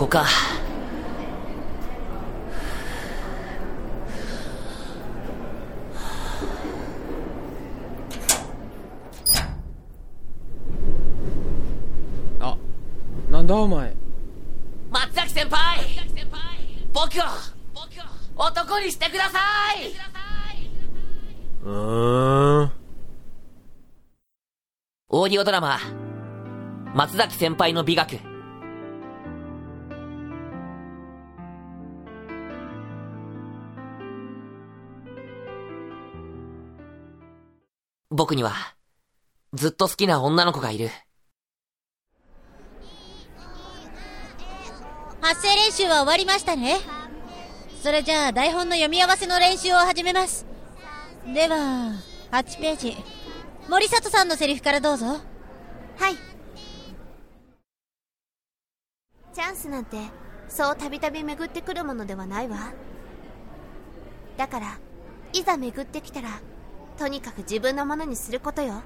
こか。 あ、なんだお前。 松崎先輩、僕を男にしてください。オーディオドラマ松崎先輩の美学。僕にはずっと好きな女の子がいる。 発声練習は終わりましたね。それじゃあ台本の読み合わせの練習を始めます。では8ページ、森里さんのセリフからどうぞ。 はい。チャンスなんてそうたびたび巡ってくるものではないわ。だからいざ巡ってきたらとにかく自分のものにすることよ。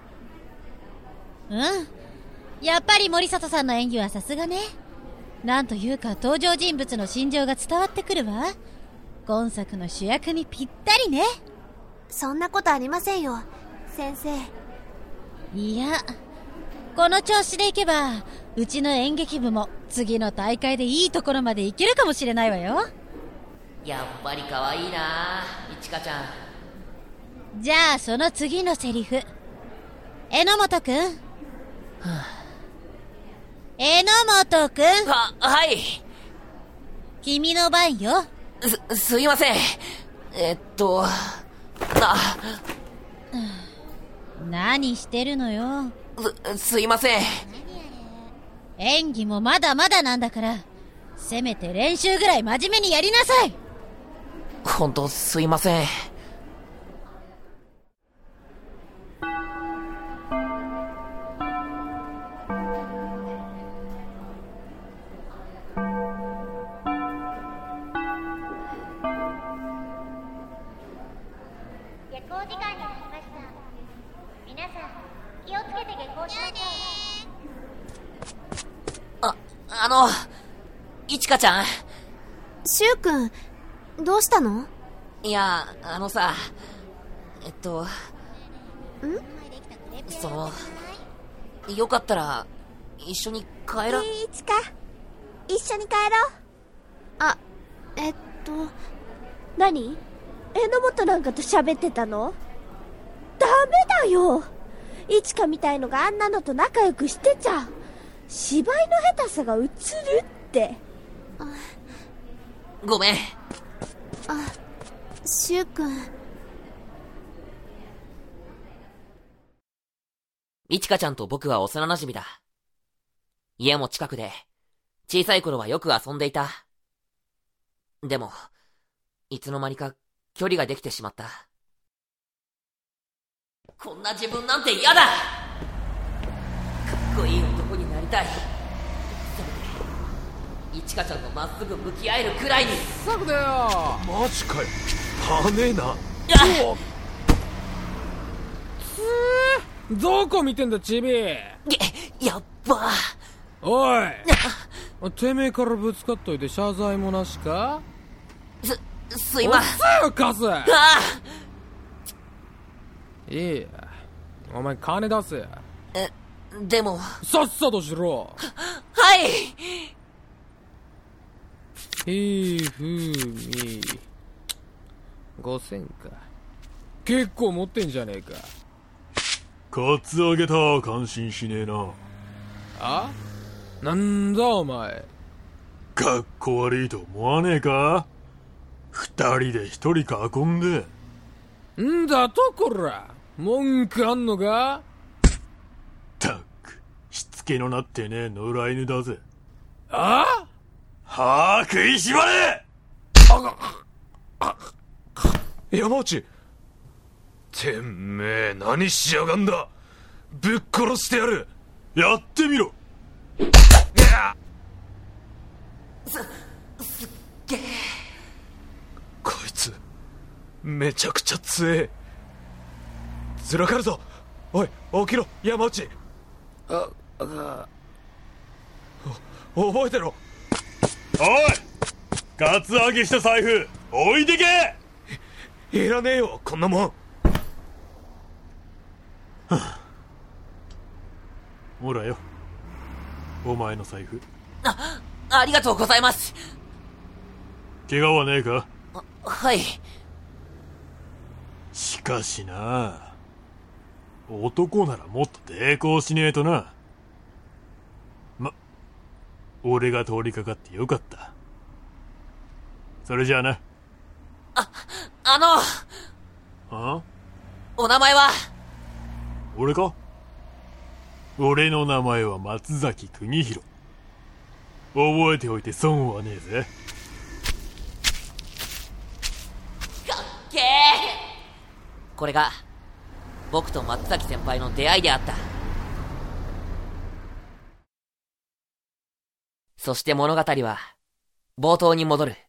やっぱり森里さんの演技はさすがね。なんというか登場人物の心情が伝わってくるわ。今作の主役にぴったりね。 そんなことありませんよ先生。 いや、この調子でいけばうちの演劇部も次の大会でいいところまで行けるかもしれないわよ。 やっぱり可愛いな、いちかちゃん。 じゃあその次のセリフ、榎本くん、榎本くん。 はい。 君の番よ。 すいません。 何してるのよ。 すいません。 演技もまだまだなんだから、せめて練習ぐらい真面目にやりなさい。 ほんとすいません。 下校時間になりました。皆さん気をつけて下校しましょう。 いちかちゃん。 しゅうくん、どうしたの？ いや、さ、よかったら一緒に帰ろう。 いちか、一緒に帰ろう。 何？榎本なんかと喋ってたの？ダメだよ。いちかみたいのがあんなのと仲良くしてちゃ芝居の下手さが映るって。 ごめん。 しゅうくん。 いちかちゃんと僕は幼馴染だ。家も近くで、小さい頃はよく遊んでいた。でも、いつの間にか距離ができてしまった。こんな自分なんて嫌だ。かっこいい男になりたい。せめて、いちかちゃんとまっすぐ向き合えるくらいに。 サクだよ。 マジかよ。はねえな。 どこ見てんだチビ。 やっば。 おいてめえからぶつかっといて謝罪もなしか。 すいません。 おっさよカス。いいや、お前金出せや。 でもさっさとしろ。 はい。 ひふみ5000か。結構持ってんじゃねえか。 カツアゲたは感心しねえな。 あ？なんだお前。 かっこ悪いと思わねえか。二人で一人囲んで。 んだとこら、文句あんのか。 たくしつけのなってねえ野良犬だぜ。 あ？ はあ、食いしばれ。山内、てめえ何しやがんだ。ぶっ殺してやる。やってみろ。 すっげえ。 こいつめちゃくちゃ強え。ずらかるぞ。おい起きろ山内。覚えてろ。 おい、カツアゲした財布置いてけ。 いらねえよこんなもん。 はあ、ほらよ、お前の財布。 ありがとうございます。 怪我はねえか？ はい。 しかしな、男ならもっと抵抗しねえとな。俺が通りかかってよかった。それじゃあな。 お名前は？ 俺か？俺の名前は松崎邦弘。覚えておいて損はねえぜ。 かっけー。これが僕と松崎先輩の出会いであった。そして物語は冒頭に戻る。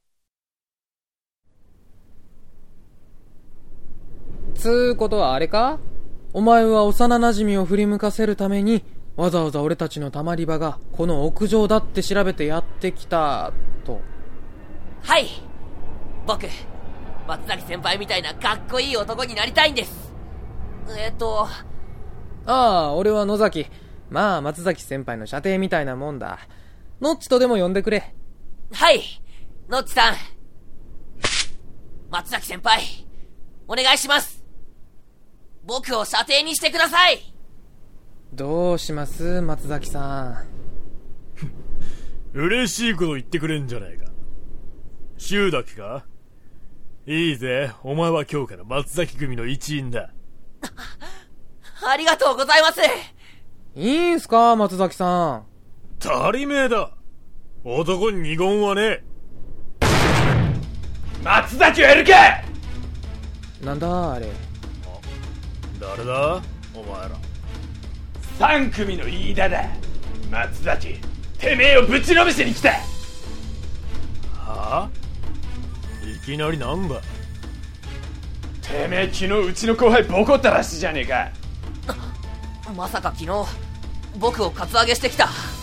つーことはあれか？お前は幼馴染を振り向かせるためにわざわざ俺たちのたまり場がこの屋上だって調べてやってきたと。 はい、僕松崎先輩みたいなかっこいい男になりたいんです。 ああ、俺は野崎。まあ松崎先輩の舎弟みたいなもんだ。ノッチとでも呼んでくれ。 はい、ノッチさん。松崎先輩、お願いします。僕を舎弟にしてください。 どうします松崎さん。嬉しいこと言ってくれんじゃないか。柊だけか？いいぜ、お前は今日から松崎組の一員だ。 ありがとうございます。 いいんすか松崎さん。 足りめえだ。男に二言はねえ。 松崎はいるか？ なんだあれ。 誰だお前ら。 3組の飯田だ。松崎、てめえをぶちのめしに来た。 はあ？いきなりなんだ？ てめえ昨日うちの後輩ボコったらしいじゃねえか。 まさか昨日僕をカツアゲしてきた。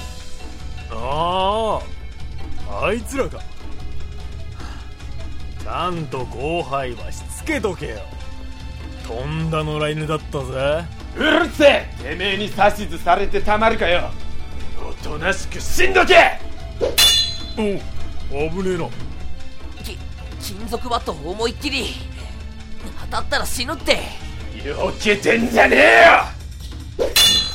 あいつらか。ちゃんと後輩はしつけとけよ。とんだ野良犬だったぜ。 うるせえ。てめえに指図されてたまるかよ。おとなしく死んどけ。 お、危ねえな。 金属バットを思いっきり当たったら死ぬって。 よけてんじゃねえよ。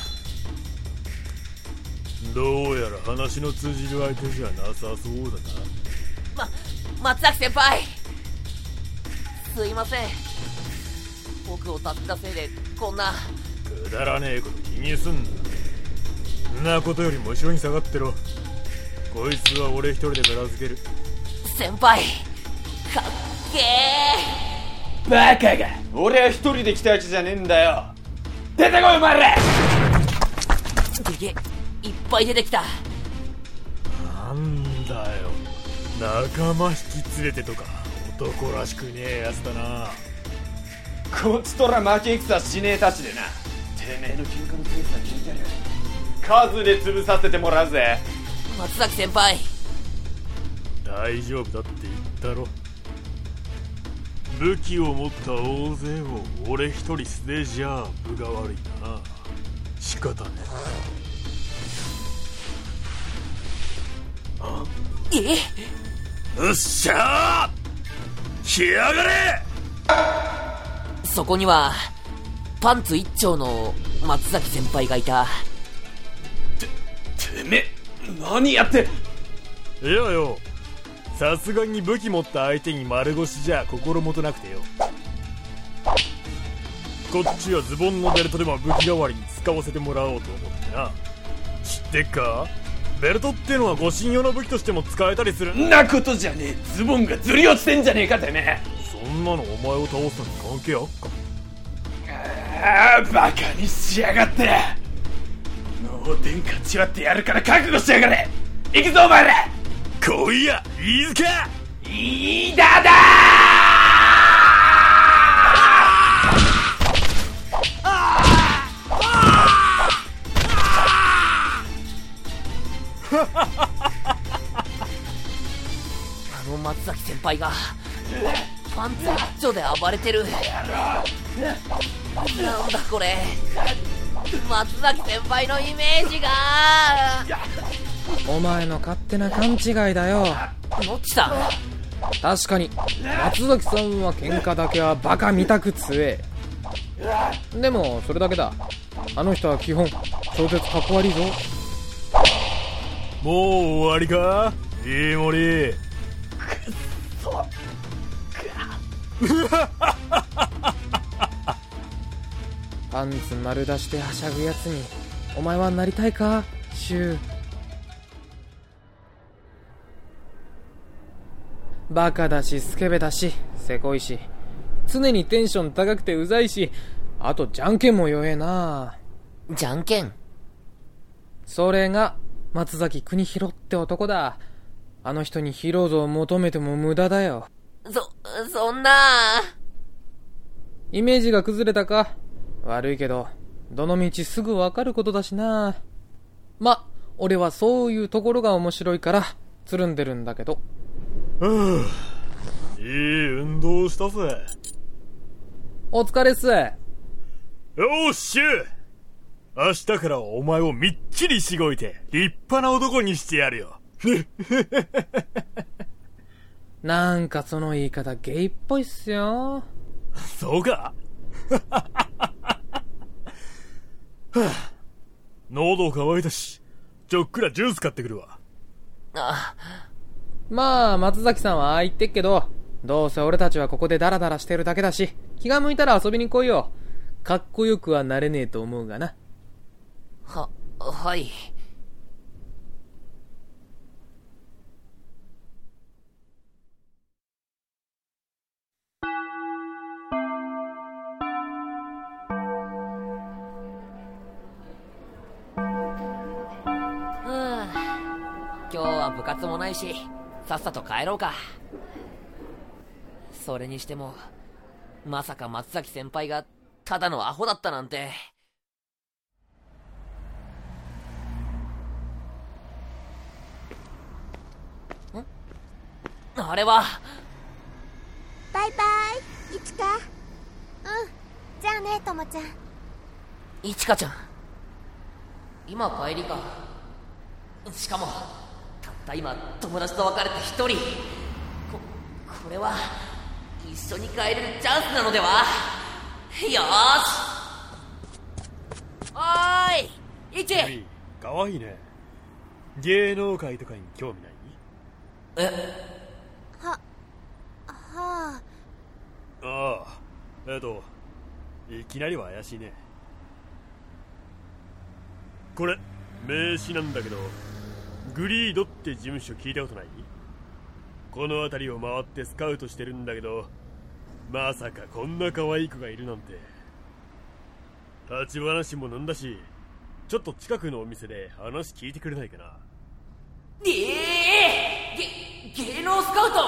どうやら話の通じる相手じゃなさそうだな。 松崎先輩、すいません。僕を助けたせいでこんなくだらねえこと気にすんな。そんなことよりも後ろに下がってろ。こいつは俺一人で片付ける。 先輩かっけー。バカが、俺は一人で来たわけじゃねえんだよ。出てこいお前ら。 げいっぱい出てきた。 なんだよ、仲間引き連れてとか男らしくねえやつだな。 こっちとら負け戦しねえたちでな。てめえの喧嘩のペースは聞いてる。数で潰させてもらうぜ。 松崎先輩、 大丈夫だって言ったろ。武器を持った大勢を俺一人素手じゃ分が悪いな。仕方ねえ。よっしゃー、来やがれ。 そこにはパンツ一丁の松崎先輩がいた。 てめえ何やって。 いやよ、さすがに武器持った相手に丸腰じゃ心もとなくてよ。こっちはズボンのベルトでも武器代わりに使わせてもらおうと思ってな。知ってっか？ベルトってのは護身用の武器としても使えたりする。 んなことじゃねえ。ズボンがずり落ちてんじゃねえかてめえ。 そんなのお前を倒すのに関係あっか。 バカにしやがって。脳天かち割ってやるから覚悟しやがれ。行くぞお前ら。 来いや飯塚。 飯田だの松崎先輩がパンツ一丁で暴れてる。なんだこれ、松崎先輩のイメージが。 お前の勝手な勘違いだよ。 ノッチさん、 確かに松崎さんは喧嘩だけはバカみたく強え。でもそれだけだ。あの人は基本超絶かっこ悪いぞ。 もう終わりか飯森。 パンツ丸出してはしゃぐやつにお前はなりたいか、シュウ。バカだしスケベだしせこいし常にテンション高くてうざいし、あとじゃんけんも弱えな。 じゃんけん？ それが松崎国広って男だ。あの人にヒーローズを求めても無駄だよ。 そんな。 イメージが崩れたか。悪いけどどの道すぐわかることだしな。ま、俺はそういうところが面白いからつるんでるんだけど。 いい運動したぜ。 お疲れっす。 よっしゃ、明日からお前をみっちりしごいて立派な男にしてやるよ。 なんかその言い方ゲイっぽいっすよ。 そうか。喉乾いたし、ちょっくらジュース買ってくるわ。 まあ松崎さんはああ言ってっけど、どうせ俺たちはここでダラダラしてるだけだし、気が向いたら遊びに来いよ。かっこよくはなれねえと思うがな。 はい。今日は部活もないし、さっさと帰ろうか。それにしても、まさか松崎先輩がただのアホだったなんて。あれは。 バイバイ、いちか。 じゃあね、ともちゃん。 いちかちゃん、今帰りか。しかもたった今友達と別れて一人。これは一緒に帰れるチャンスなのでは。よーし。おーい、いち。 かわいいね。芸能界とかに興味ない？ はああ、いきなりは怪しいね。これ名刺なんだけど、グリードって事務所聞いたことない？この辺りを回ってスカウトしてるんだけど、まさかこんな可愛い子がいるなんて。立ち話も飲んだし、ちょっと近くのお店で話聞いてくれないかな。 芸能スカウト？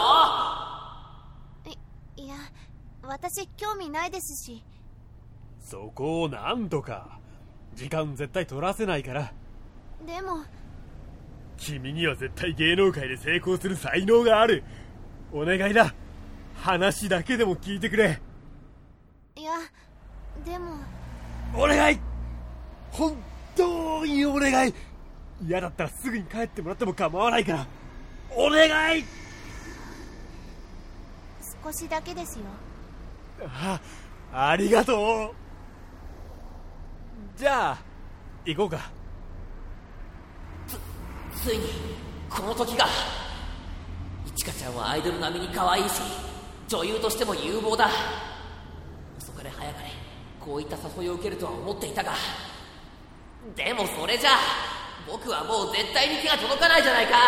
いや、私興味ないですし。 そこをなんとか。時間絶対取らせないから。 でも君には絶対芸能界で成功する才能がある。お願いだ、話だけでも聞いてくれ。 いや、でもお願い、本当にお願い。嫌だったらすぐに帰ってもらっても構わないから、お願い。 少しだけですよ。 ありがとう。じゃあ行こうか。 ついにこの時が。いちかちゃんはアイドル並みに可愛いし、女優としても有望だ。遅かれ早かれこういった誘いを受けるとは思っていたが、でもそれじゃ僕はもう絶対に手が届かないじゃないか。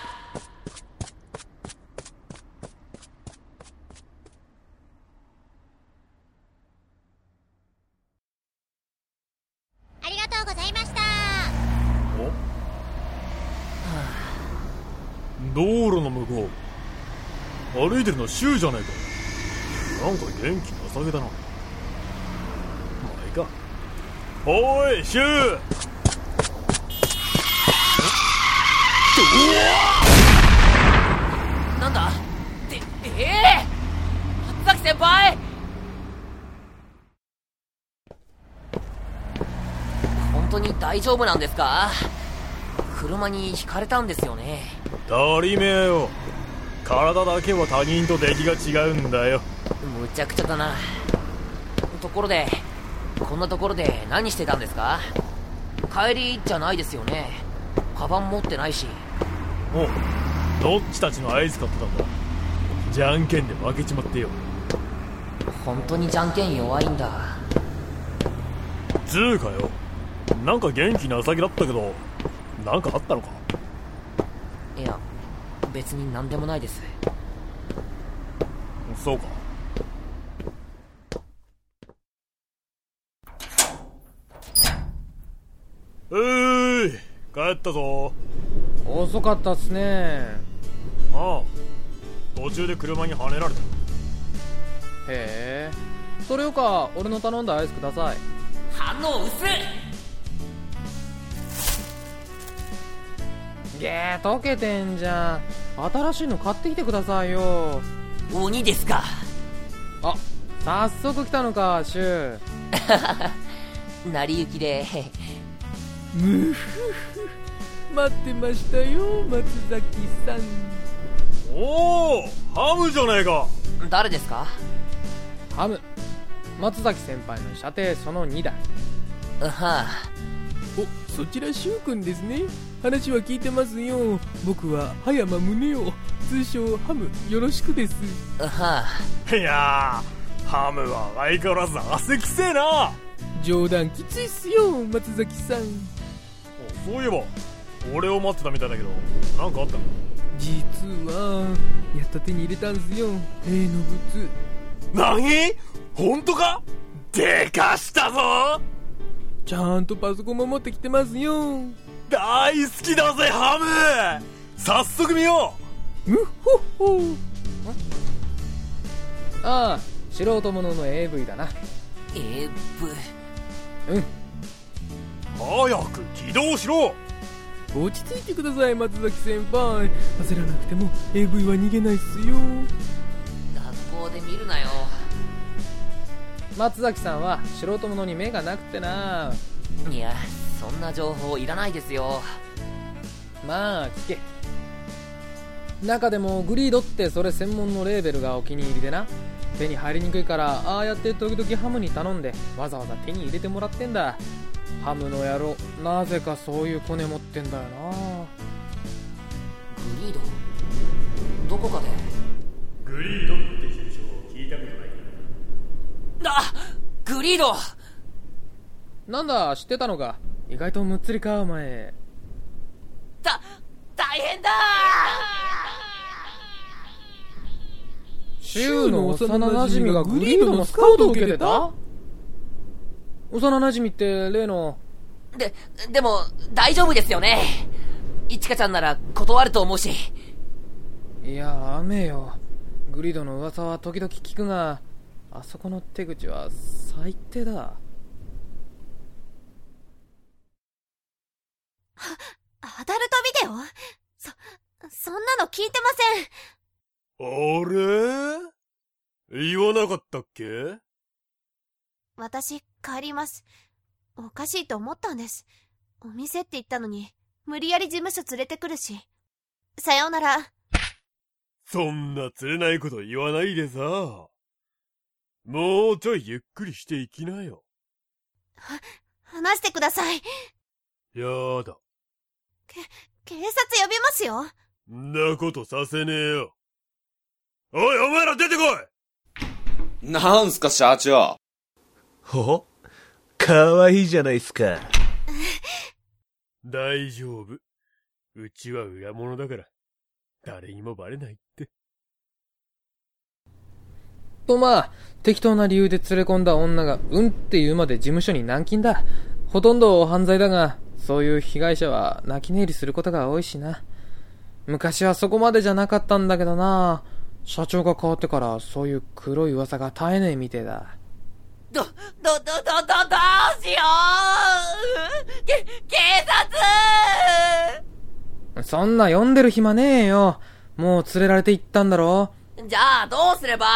ありがとうございました。 道路の向こう歩いてるのシュウじゃねえか。なんか元気なさげだな。まあいいか。おーいシュウ。 ななんだ松崎先輩、本当に大丈夫なんですか？車にひかれたんですよね。 足りめえよ。体だけは他人と出来が違うんだよ。 むちゃくちゃだな。ところでこんなところで何してたんですか？帰りじゃないですよね。カバン持ってないし。 おう、どっちたちの合図買ってたんだ。じゃんけんで負けちまってよ。 本当にじゃんけん弱いんだ。 つうかよ、なんか元気なさげだったけど、なんかあったのか？ いや、別に何でもないです。 そうか。帰ったぞ。 遅かったっすね。 ああ、途中で車にはねられた。 へえ、それよか俺の頼んだアイスください。 反応薄い。 溶けてんじゃん。新しいの買ってきてくださいよ。 鬼ですか？ あ、早速来たのか、シュウ。 成り行きでむふふ、待ってましたよ、松崎さん。 おお、ハムじゃねえか。 誰ですか？ ハム、松崎先輩の射程その2だ。 はあ。 お、そちらシュウ君ですね。話は聞いてますよ。僕は葉山宗男、通称ハム、よろしくです。 はあ。いやー、ハムは相変わらず汗きせえな。 冗談きついっすよ、松崎さん。 そういえば俺を待ってたみたいだけど、なんかあったの？ 実はやっと手に入れたんすよ、例の物。 何？本当か？でかしたぞ。 ちゃんとパソコンも持ってきてますよ。 大好きだぜハム。早速見よう。むっほっほ。 ああ、素人ものの AV だな。 AV？ うん。 早く起動しろ。 落ち着いてください、松崎先輩。焦らなくても AV は逃げないっすよ。 学校で見るなよ。 松崎さんは素人ものに目がなくてな。 いや、そんな情報いらないですよ。 まあ聞け。中でもグリードってそれ専門のレーベルがお気に入りでな。手に入りにくいからああやって時々ハムに頼んでわざわざ手に入れてもらってんだ。ハムの野郎、なぜかそういうコネ持ってんだよな。 グリード？どこかで？ グリードって事務所聞いたことないか？グリード！ なんだ、知ってたのか。意外とむっつりか、お前。 大変だシュウの幼馴染がグリードのスカウトを受けてた？幼馴染って例の。 でも大丈夫ですよね。いちかちゃんなら断ると思うし。 いや、雨よ。グリードの噂は時々聞くが、あそこの手口は最低だ。 アダルトビデオ？そんなの聞いてません。あれ？言わなかったっけ？ 私、帰ります。おかしいと思ったんです。お店って言ったのに、無理やり事務所連れてくるし。さようなら。 そんな釣れないこと言わないでさ。もうちょいゆっくりしていきなよ。 話してください。 やだ。 警察呼びますよ。 んなことさせねえよ。おい、お前ら出てこい。なんすか、社長。 ほ？かわいいじゃないっすか。 大丈夫。うちは裏物だから、誰にもバレないって。 とまあ、適当な理由で連れ込んだ女がうんって言うまで事務所に軟禁だ。ほとんど犯罪だが、そういう被害者は泣き寝入りすることが多いしな。昔はそこまでじゃなかったんだけどな。社長が変わってからそういう黒い噂が絶えねえみてえだ。 どうしよう。警察！ そんな呼んでる暇ねえよ。 もう連れられて行ったんだろ。 じゃあどうすれば。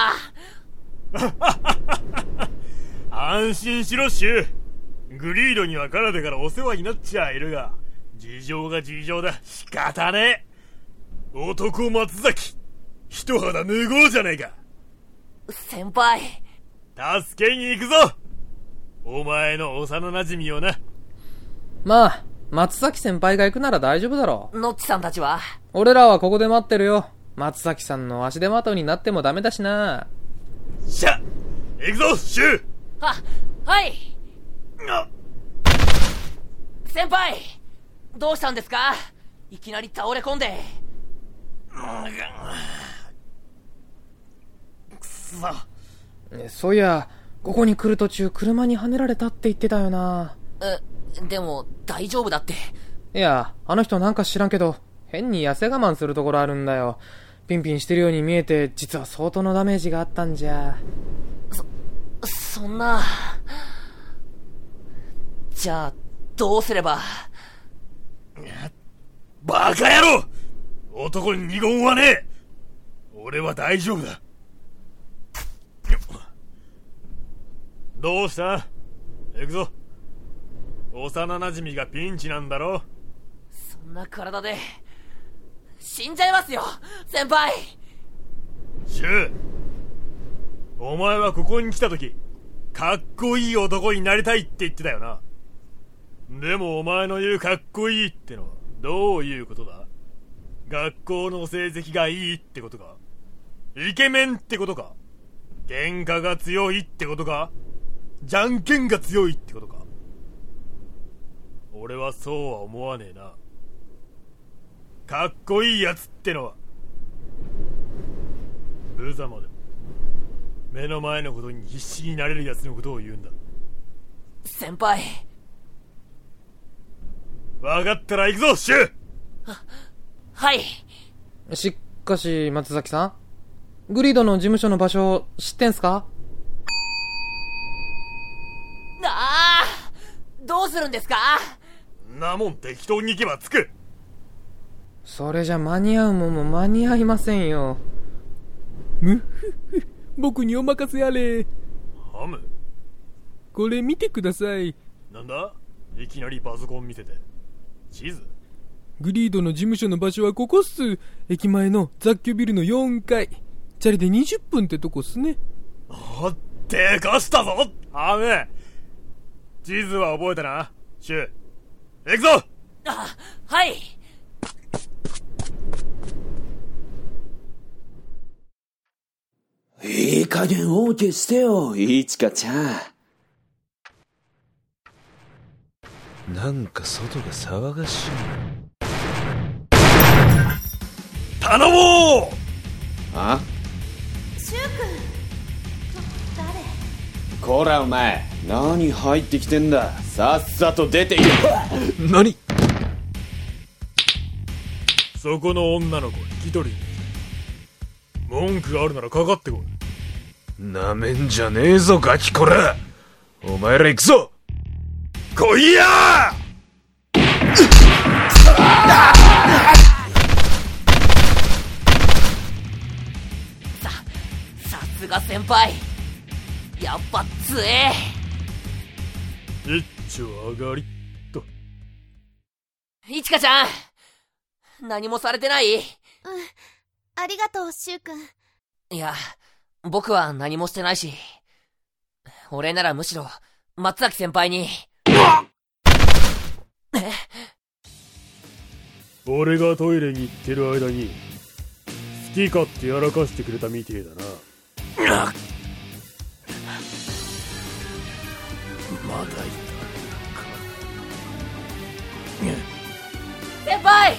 安心しろシュ。グリードにはカナダからお世話になっちゃいるが、事情が事情だ。仕方ねえ。男松崎、一肌脱ごうじゃないか。 先輩、 助けに行くぞ。お前の幼馴染をな。 まあ、松崎先輩が行くなら大丈夫だろう。 ノッチさんたちは？ 俺らはここで待ってるよ。松崎さんの足手まといになってもダメだしな。 しゃ、行くぞシュ。 はい。先輩、どうしたんですか？いきなり倒れ込んで。 くそ。 そういや、ここに来る途中車にはねられたって言ってたよな。 でも大丈夫だって。 いや、あの人なんか知らんけど変に痩せ我慢するところあるんだよ。ピンピンしてるように見えて実は相当のダメージがあったんじゃ。 そんな。じゃあどうすれば。 バカ野郎、男に二言はねえ。俺は大丈夫だ。どうした？行くぞ。幼馴染がピンチなんだろ。 そんな体で死んじゃいますよ先輩。 シュウ、お前はここに来た時かっこいい男になりたいって言ってたよな。でもお前の言うかっこいいってのはどういうことだ？学校の成績がいいってことか？イケメンってことか？喧嘩が強いってことか？じゃんけんが強いってことか？俺はそうは思わねえな。かっこいいやつってのは無様で目の前のことに必死になれるやつのことを言うんだ。 先輩。 分かったら行くぞシュウ。 はい。 しかし松崎さん、グリードの事務所の場所知ってんすか？ どうするんですか？ なもん適当に行けば着く。 それじゃ間に合うもんも間に合いませんよ。 むふふ、僕にお任せあれ。 ハム、 これ見てください。 なんだ？いきなりパソコン見せて。地図？ グリードの事務所の場所はここっす。駅前の雑居ビルの4階。チャリで20分ってとこっすね。 でかしたぞハム。地図は覚えたなシュウ。行くぞ。 はい。 いい加減 OK してよ、いちかちゃん。 なんか外が騒がしい。 頼もう。 あ？ シュウ君、誰？ こらお前、何入ってきてんだ。さっさと出ていけ。 何？ そこの女の子引き取りに。文句があるならかかってこい。 なめんじゃねえぞガキコラ。お前ら行くぞ。 来いやさすが先輩、やっぱ強え。 一丁上がりっと。 いちかちゃん、何もされてない？ ありがとうシュウ君。 いや、僕は何もしてないし、俺ならむしろ松崎先輩に。 俺がトイレに行ってる間に好き勝手やらかしてくれたみてえだな。まだいたか。 先輩。い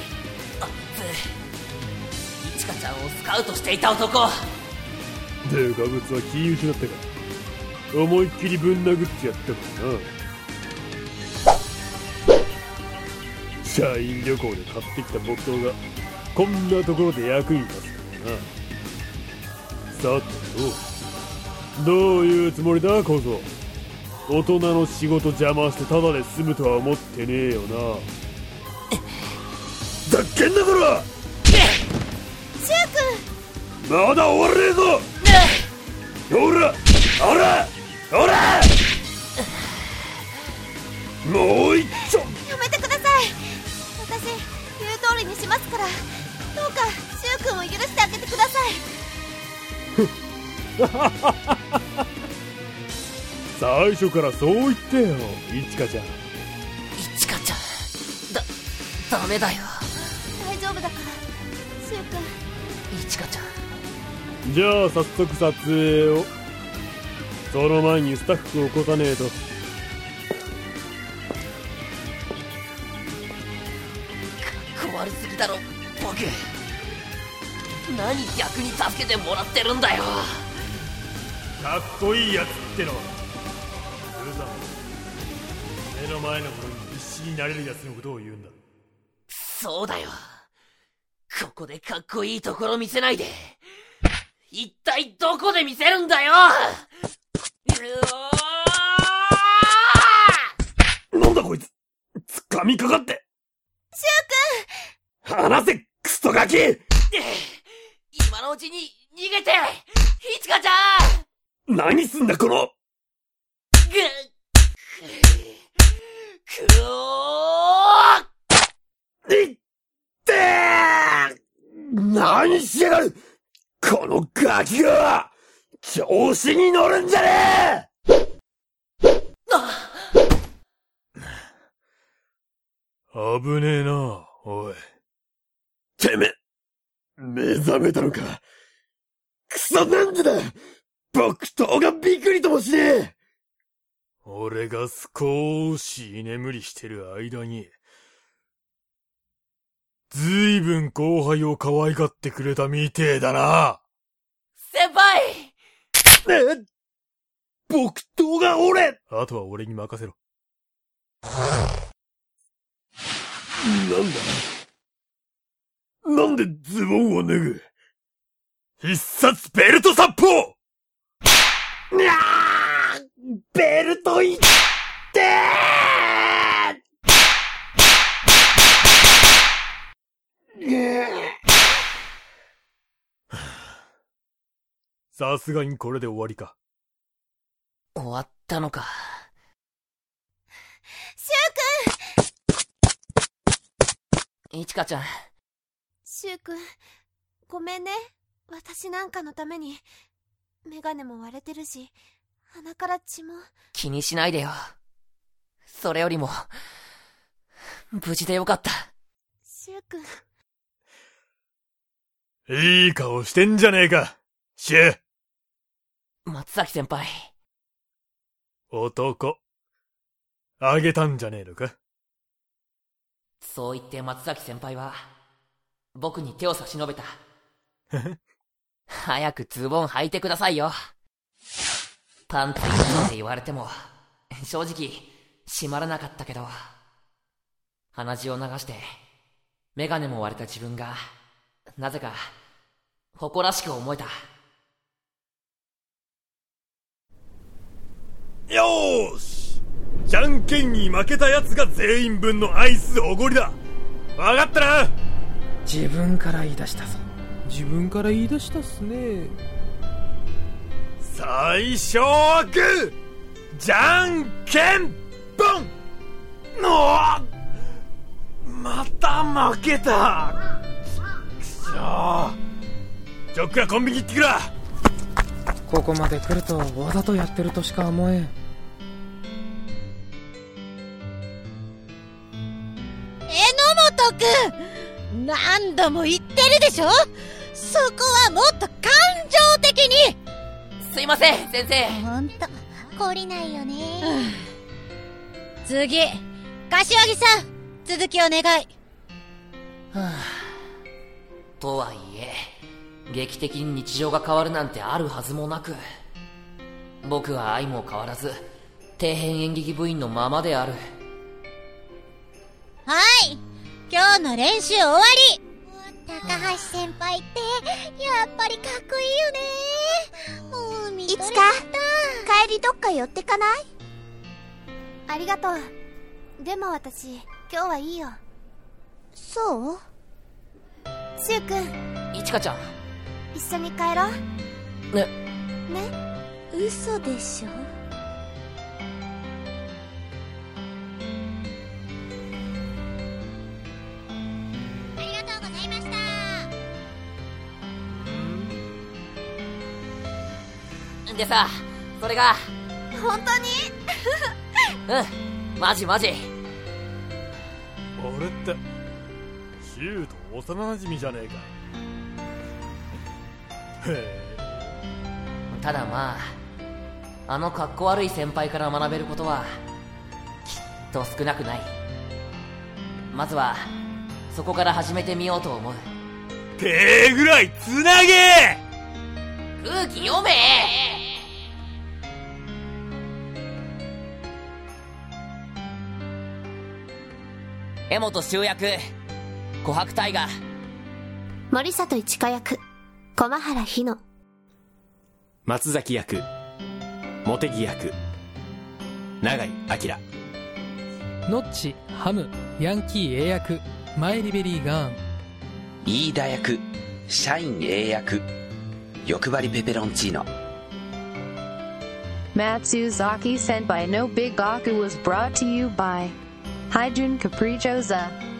ちかちゃんをスカウトしていた男。 でかぶつは気失ったか。思いっきりぶん殴ってやったからな。社員旅行で買ってきた木刀がこんなところで役に立つからな。さてどういうつもりだ小僧。大人の仕事邪魔してただで済むとは思ってねえよな。ざっけんなこら。 君。 まだ終われねえぞ。ほらほらほら、もう一丁。 やめてください。私言う通りにしますから、どうかシュウ君を許してあげてください。 最初からそう言ってよ、いちかちゃん。 いちかちゃん、ダメだよ。 大丈夫だから、シュウ君。 いちかちゃん。 じゃあ早速撮影を。その前にスタッフを起こさねえと。 かっこ悪すぎだろ僕。何逆に助けてもらってるんだよ。 かっこいいやつってのはウザ目の前のものに必死になれるやつのことを言うんだ。 そうだよ。ここでかっこいいところ見せないで一体どこで見せるんだよ。 なんだこいつ、掴みかかって。 シュウ君、離せクソガキ。 今のうちに逃げて、いちかちゃん。 何すんだこの。いってー。何しやがるこのガキが。調子に乗るんじゃねえ。危ねえな、おい。てめ、目覚めたのか。クソなんでだ。木刀がビクリともしねえ。俺が少し居眠りしてる間に、ずいぶん後輩を可愛がってくれたみてえだな。 先輩。 木刀が俺。あとは俺に任せろ。なんでズボンを脱ぐ。必殺ベルト殺法。ベルトいってさすがにこれで終わりか。 終わったのか。 シュウ君。 いちかちゃん。 シュウ君、ごめんね。私なんかのためにメガネも割れてるし、鼻から血も。 気にしないでよ。それよりも無事でよかった。 シュウ君。 いい顔してんじゃねえか、シュウ。 松崎先輩。 男あげたんじゃねえのか。 そう言って松崎先輩は僕に手を差し伸べた。早くズボン履いてくださいよ。パンツいいって言われても正直閉まらなかったけど、鼻血を流してメガネも割れた自分がなぜか誇らしく思えた。 よーし、じゃんけんに負けたやつが全員分のアイスおごりだ。わかったな。 自分から言い出したぞ。 自分から言い出したっすね。 最初はグー、じゃんけんぽん。また負けた。くそー。ジョックはコンビニ行ってくるわ。 ここまで来るとわざとやってるとしか思えん。 榎本くん、何度も言ってるでしょ。そこはもっと感情的に。 すいません先生。 ほんと懲りないよね。 次、柏木さん、続きお願い。 とはいえ劇的に日常が変わるなんてあるはずもなく、僕は相も変わらず底辺演劇部員のままである。 はい、今日の練習終わり。 高橋先輩ってやっぱりかっこいいよね。もう見とれちゃった。 いつか帰りどっか寄ってかない？ ありがとう。でも私今日はいいよ。 そう？ シュウ君、 いちかちゃん。 一緒に帰ろうね。 嘘でしょ。 ありがとうございました。 でさ、それが。 本当にうん、マジ。 俺ってシューと幼馴染じゃねえか。へえ。 ただまあ、あのかっこ悪い先輩から学べることはきっと少なくない。まずはそこから始めてみようと思う。 手ぐらいつなげ。 空気読め。江本修役琥珀大河、 森里一華役駒原日野、 松崎役茂木役永井明、 ノッチハムヤンキー A 役マイリベリーガーン、 飯田役社員 A 役欲張りペペロンチーノ。 Matsuzaki Senpai no Big Gaku was brought to you by Hyjun Caprichosa.